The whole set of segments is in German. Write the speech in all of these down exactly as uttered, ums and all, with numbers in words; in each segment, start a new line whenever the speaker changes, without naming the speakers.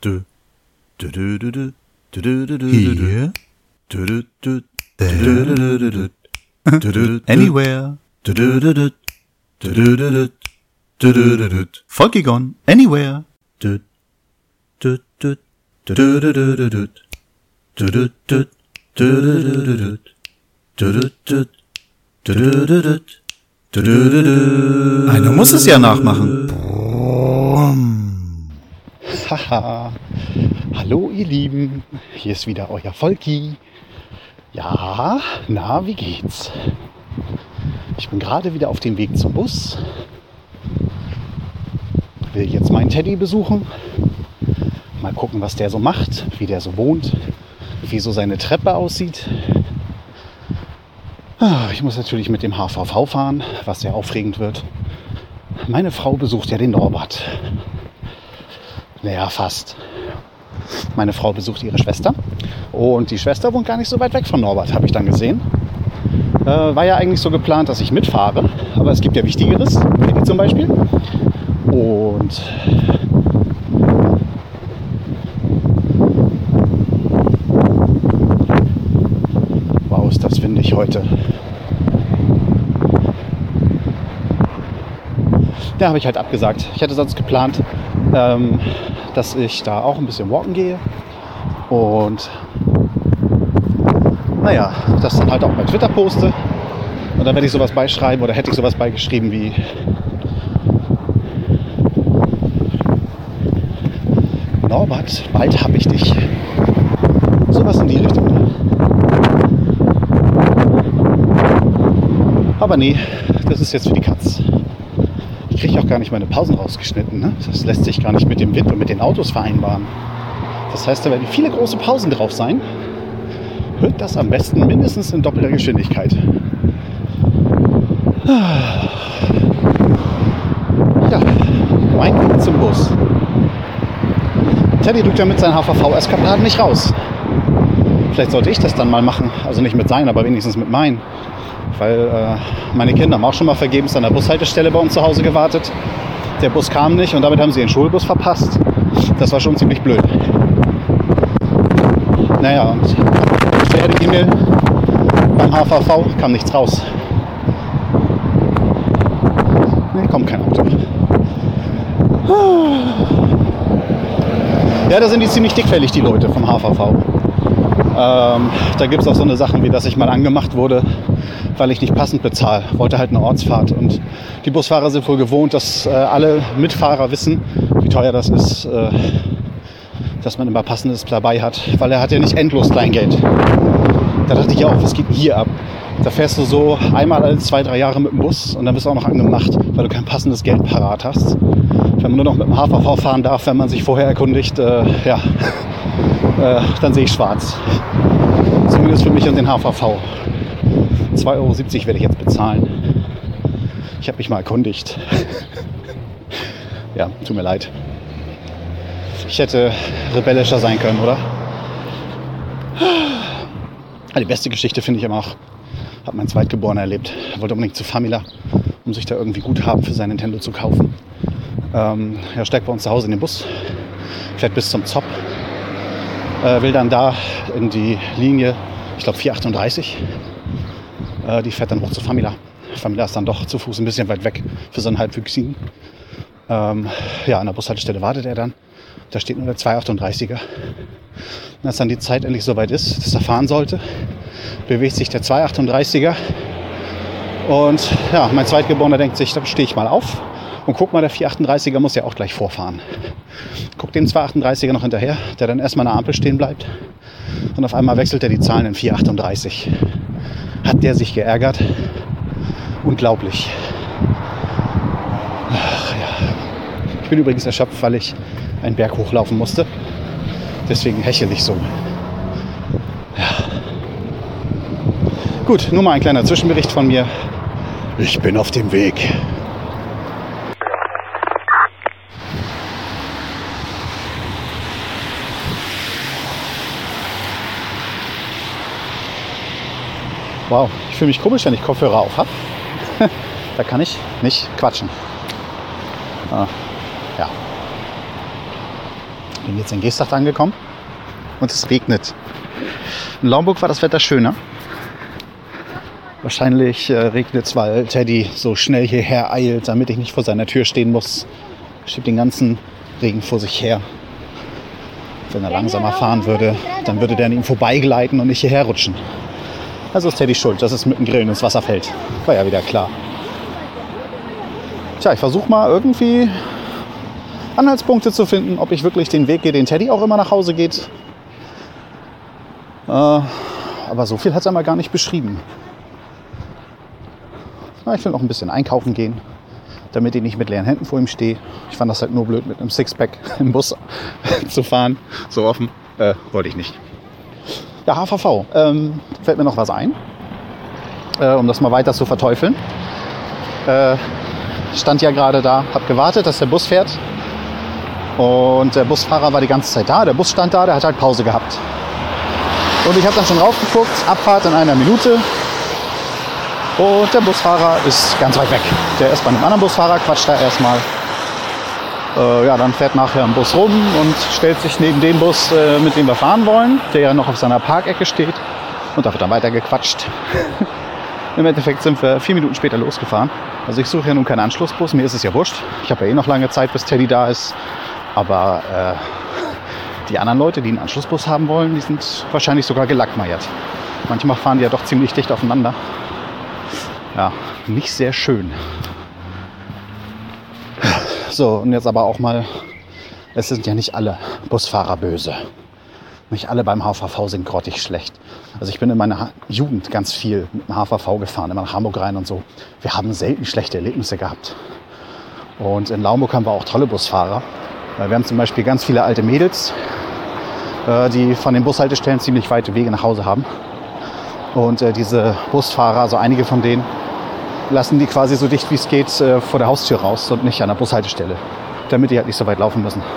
Here, there, anywhere. Volkigon, anywhere. Einer muss es ja nachmachen.
Haha, hallo ihr Lieben, hier ist wieder euer Volki. Ja, na, wie geht's? Ich bin gerade wieder auf dem Weg zum Bus. Will jetzt meinen Teddy besuchen. Mal gucken, was der so macht, wie der so wohnt, wie so seine Treppe aussieht. Ich muss natürlich mit dem H V V fahren, was sehr aufregend wird. Meine Frau besucht ja den Norbert. Naja, fast. Meine Frau besucht ihre Schwester. Und die Schwester wohnt gar nicht so weit weg von Norbert, habe ich dann gesehen. Äh, war ja eigentlich so geplant, dass ich mitfahre. Aber es gibt ja Wichtigeres, Teddy zum Beispiel. Und wow, ist das windig heute. Ja, habe ich halt abgesagt. Ich hatte sonst geplant, ähm, dass ich da auch ein bisschen walken gehe. Und naja, das dann halt auch bei Twitter poste. Und dann werde ich sowas beischreiben oder hätte ich sowas beigeschrieben wie: Norbert, bald hab ich dich. Sowas in die Richtung. Aber nee, das ist jetzt für die Katz. Ich kriege auch gar nicht meine Pausen rausgeschnitten. Ne? Das lässt sich gar nicht mit dem Wind und mit den Autos vereinbaren. Das heißt, da werden viele große Pausen drauf sein. Hört das am besten mindestens in doppelter Geschwindigkeit. Ja, mein Weg zum Bus. Teddy rückt ja mit seinen H V V-Eskapaden nicht raus. Vielleicht sollte ich das dann mal machen. Also nicht mit seinen, aber wenigstens mit meinen. Weil äh, meine Kinder haben auch schon mal vergebens an der Bushaltestelle bei uns zu Hause gewartet. Der Bus kam nicht und damit haben sie den Schulbus verpasst. Das war schon ziemlich blöd. Naja, und per E-Mail beim H V V kam nichts raus. Ne, kommt kein Auto. Ja, da sind die ziemlich dickfällig, die Leute vom H V V. Ähm, da gibt es auch so eine Sachen, wie dass ich mal angemacht wurde, weil ich nicht passend bezahle. Wollte halt eine Ortsfahrt. Und die Busfahrer sind wohl gewohnt, dass äh, alle Mitfahrer wissen, wie teuer das ist, äh, dass man immer Passendes dabei hat. Weil er hat ja nicht endlos Kleingeld. Da dachte ich auch, was geht denn hier ab? Da fährst du so einmal alle zwei, drei Jahre mit dem Bus und dann bist du auch noch angemacht, weil du kein passendes Geld parat hast. Wenn man nur noch mit dem H V V fahren darf, wenn man sich vorher erkundigt, äh, ja, äh, dann sehe ich schwarz. Zumindest für mich und den H V V. zwei Euro siebzig werde ich jetzt bezahlen. Ich habe mich mal erkundigt. Ja, tut mir leid. Ich hätte rebellischer sein können, oder? Die beste Geschichte finde ich immer auch, hat mein Zweitgeborener erlebt. Er wollte unbedingt zu Famila, um sich da irgendwie Guthaben für sein Nintendo zu kaufen. Ähm, er steigt bei uns zu Hause in den Bus, fährt bis zum Zopp, äh, will dann da in die Linie, ich glaube vier achtunddreißig, äh, die fährt dann hoch zu Famila. Famila ist dann doch zu Fuß ein bisschen weit weg für so einen Halbwüchsigen. Ähm, ja, an der Bushaltestelle wartet er dann. Da steht nur der zwei achtunddreißiger. Und als dann die Zeit endlich soweit ist, dass er fahren sollte, bewegt sich der zwei achtunddreißiger. Und ja, mein Zweitgeborener denkt sich, da stehe ich mal auf. Und guck mal, der vier achtunddreißiger muss ja auch gleich vorfahren. Guckt dem zwei achtunddreißiger noch hinterher, der dann erstmal an der Ampel stehen bleibt. Und auf einmal wechselt er die Zahlen in vier achtunddreißig. Hat der sich geärgert? Unglaublich. Ach ja. Ich bin übrigens erschöpft, weil ich einen Berg hochlaufen musste. Deswegen hechel ich so. Ja. Gut, nur mal ein kleiner Zwischenbericht von mir. Ich bin auf dem Weg. Wow, ich fühle mich komisch, wenn ich Kopfhörer auf habe. Da kann ich nicht quatschen. Ah, ja. Bin jetzt in Geesthacht angekommen und es regnet. In Laumburg war das Wetter schöner. Wahrscheinlich äh, regnet es, weil Teddy so schnell hierher eilt, damit ich nicht vor seiner Tür stehen muss. Schiebt den ganzen Regen vor sich her. Wenn er langsamer fahren würde, dann würde der an ihm vorbeigleiten und nicht hierher rutschen. Also ist Teddy schuld, dass es mit dem Grillen ins Wasser fällt. War ja wieder klar. Tja, ich versuche mal irgendwie Anhaltspunkte zu finden, ob ich wirklich den Weg gehe, den Teddy auch immer nach Hause geht. Äh, aber so viel hat er mal gar nicht beschrieben. Na, ich will noch ein bisschen einkaufen gehen, damit ich nicht mit leeren Händen vor ihm stehe. Ich fand das halt nur blöd, mit einem Sixpack im Bus zu fahren. So offen. Äh, wollte ich nicht. Ja, H V V. Ähm, fällt mir noch was ein, äh, um das mal weiter zu verteufeln. Äh, stand ja gerade da, hab gewartet, dass der Bus fährt. Und der Busfahrer war die ganze Zeit da. Der Bus stand da, der hat halt Pause gehabt. Und ich habe dann schon raufgeguckt, Abfahrt in einer Minute. Und der Busfahrer ist ganz weit weg. Der ist bei einem anderen Busfahrer, quatscht da erstmal. Äh, ja, dann fährt nachher ein Bus rum und stellt sich neben den Bus, äh, mit dem wir fahren wollen, der ja noch auf seiner Parkecke steht. Und da wird dann weiter gequatscht. Im Endeffekt sind wir vier Minuten später losgefahren. Also ich suche ja nun keinen Anschlussbus, mir ist es ja wurscht. Ich habe ja eh noch lange Zeit, bis Teddy da ist. Aber äh, die anderen Leute, die einen Anschlussbus haben wollen, die sind wahrscheinlich sogar gelackmeiert. Manchmal fahren die ja doch ziemlich dicht aufeinander. Ja, nicht sehr schön. So, und jetzt aber auch mal, es sind ja nicht alle Busfahrer böse. Nicht alle beim H V V sind grottig schlecht. Also ich bin in meiner Jugend ganz viel mit dem H V V gefahren, immer nach Hamburg rein und so. Wir haben selten schlechte Erlebnisse gehabt. Und in Laumburg haben wir auch tolle Busfahrer. Wir haben zum Beispiel ganz viele alte Mädels, die von den Bushaltestellen ziemlich weite Wege nach Hause haben. Und diese Busfahrer, also einige von denen, lassen die quasi so dicht wie es geht vor der Haustür raus und nicht an der Bushaltestelle, damit die halt nicht so weit laufen müssen.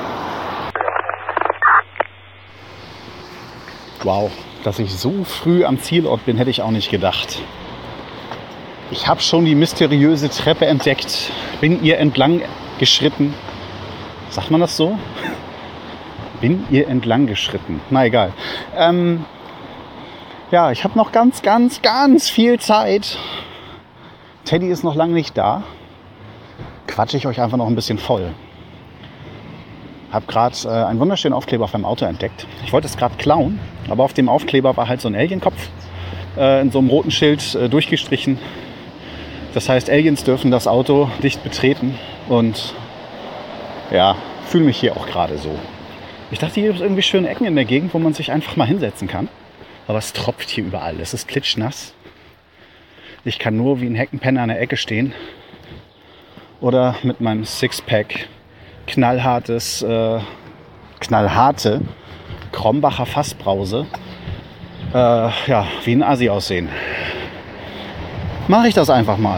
Wow, dass ich so früh am Zielort bin, hätte ich auch nicht gedacht. Ich habe schon die mysteriöse Treppe entdeckt, bin ihr entlang geschritten. Sagt man das so? Bin ihr entlang geschritten. Na egal. Ähm, ja, ich habe noch ganz, ganz, ganz viel Zeit. Teddy ist noch lange nicht da. Quatsche ich euch einfach noch ein bisschen voll. Habe gerade äh, einen wunderschönen Aufkleber auf meinem Auto entdeckt. Ich wollte es gerade klauen, aber auf dem Aufkleber war halt so ein Alienkopf äh, in so einem roten Schild äh, durchgestrichen. Das heißt, Aliens dürfen das Auto dicht betreten und ja, fühle mich hier auch gerade so. Ich dachte, hier gibt es irgendwie schöne Ecken in der Gegend, wo man sich einfach mal hinsetzen kann. Aber es tropft hier überall. Es ist klitschnass. Ich kann nur wie ein Heckenpenner an der Ecke stehen. Oder mit meinem Sixpack knallhartes, äh, knallharte Krombacher Fassbrause äh, ja, wie ein Assi aussehen. Mache ich das einfach mal.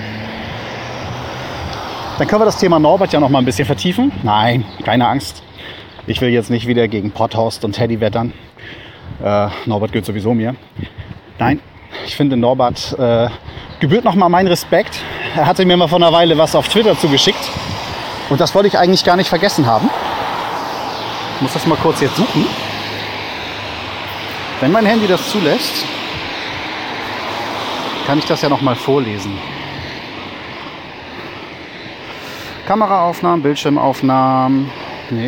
Dann können wir das Thema Norbert ja noch mal ein bisschen vertiefen. Nein, keine Angst. Ich will jetzt nicht wieder gegen Potthorst und Teddy wettern. Äh, Norbert gehört sowieso mir. Nein, ich finde Norbert äh, gebührt noch mal mein Respekt. Er hatte mir mal vor einer Weile was auf Twitter zugeschickt. Und das wollte ich eigentlich gar nicht vergessen haben. Ich muss das mal kurz jetzt suchen. Wenn mein Handy das zulässt, kann ich das ja noch mal vorlesen. Kameraaufnahmen, Bildschirmaufnahmen. Nee.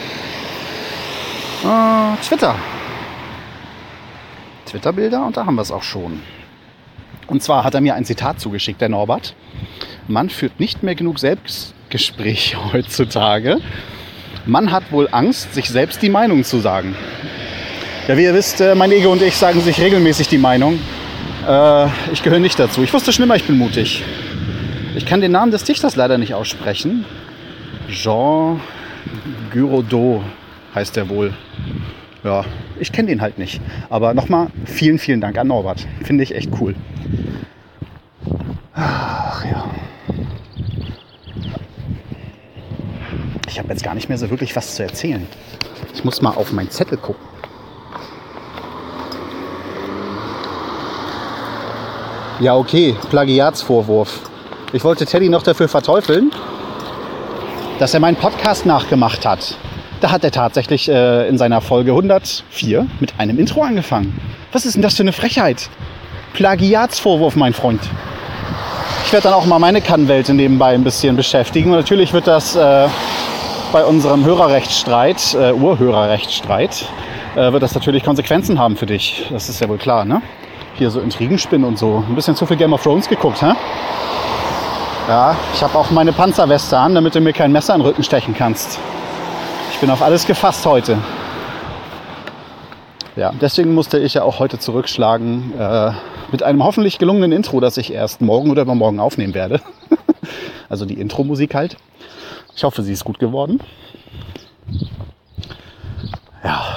Äh, Twitter. Twitter-Bilder und da haben wir es auch schon. Und zwar hat er mir ein Zitat zugeschickt, der Norbert. Man führt nicht mehr genug Selbstgespräche heutzutage. Man hat wohl Angst, sich selbst die Meinung zu sagen. Ja, wie ihr wisst, mein Ego und ich sagen sich regelmäßig die Meinung. Äh, ich gehöre nicht dazu. Ich wusste schlimmer, ich bin mutig. Ich kann den Namen des Dichters leider nicht aussprechen. Jean Giraudoux heißt er wohl. Ja, ich kenne den halt nicht. Aber nochmal vielen, vielen Dank an Norbert. Finde ich echt cool. Ach ja. Ich habe jetzt gar nicht mehr so wirklich was zu erzählen. Ich muss mal auf meinen Zettel gucken. Ja, okay, Plagiatsvorwurf. Ich wollte Teddy noch dafür verteufeln, dass er meinen Podcast nachgemacht hat. Da hat er tatsächlich äh, in seiner Folge hundertvier mit einem Intro angefangen. Was ist denn das für eine Frechheit? Plagiatsvorwurf, mein Freund. Ich werde dann auch mal meine Kannwelt nebenbei ein bisschen beschäftigen. Und natürlich wird das äh, bei unserem Hörerrechtsstreit, äh, Urhörerrechtsstreit, äh, wird das natürlich Konsequenzen haben für dich. Das ist ja wohl klar, ne? Hier so Intrigenspinnen und so. Ein bisschen zu viel Game of Thrones geguckt, hä? Ja, ich habe auch meine Panzerweste an, damit du mir kein Messer in den Rücken stechen kannst. Ich bin auf alles gefasst heute. Ja, deswegen musste ich ja auch heute zurückschlagen äh, mit einem hoffentlich gelungenen Intro, das ich erst morgen oder übermorgen aufnehmen werde. Also die Intro-Musik halt. Ich hoffe, sie ist gut geworden. Ja.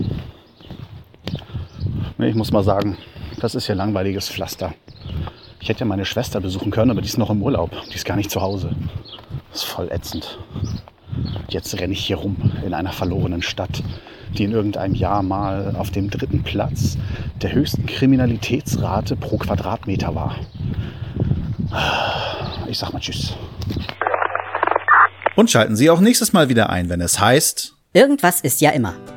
Ich muss mal sagen, das ist ja langweiliges Pflaster. Ich hätte ja meine Schwester besuchen können, aber die ist noch im Urlaub. Die ist gar nicht zu Hause. Das ist voll ätzend. Jetzt renne ich hier rum in einer verlorenen Stadt, die in irgendeinem Jahr mal auf dem dritten Platz der höchsten Kriminalitätsrate pro Quadratmeter war. Ich sag mal Tschüss.
Und schalten Sie auch nächstes Mal wieder ein, wenn es heißt...
Irgendwas ist ja immer.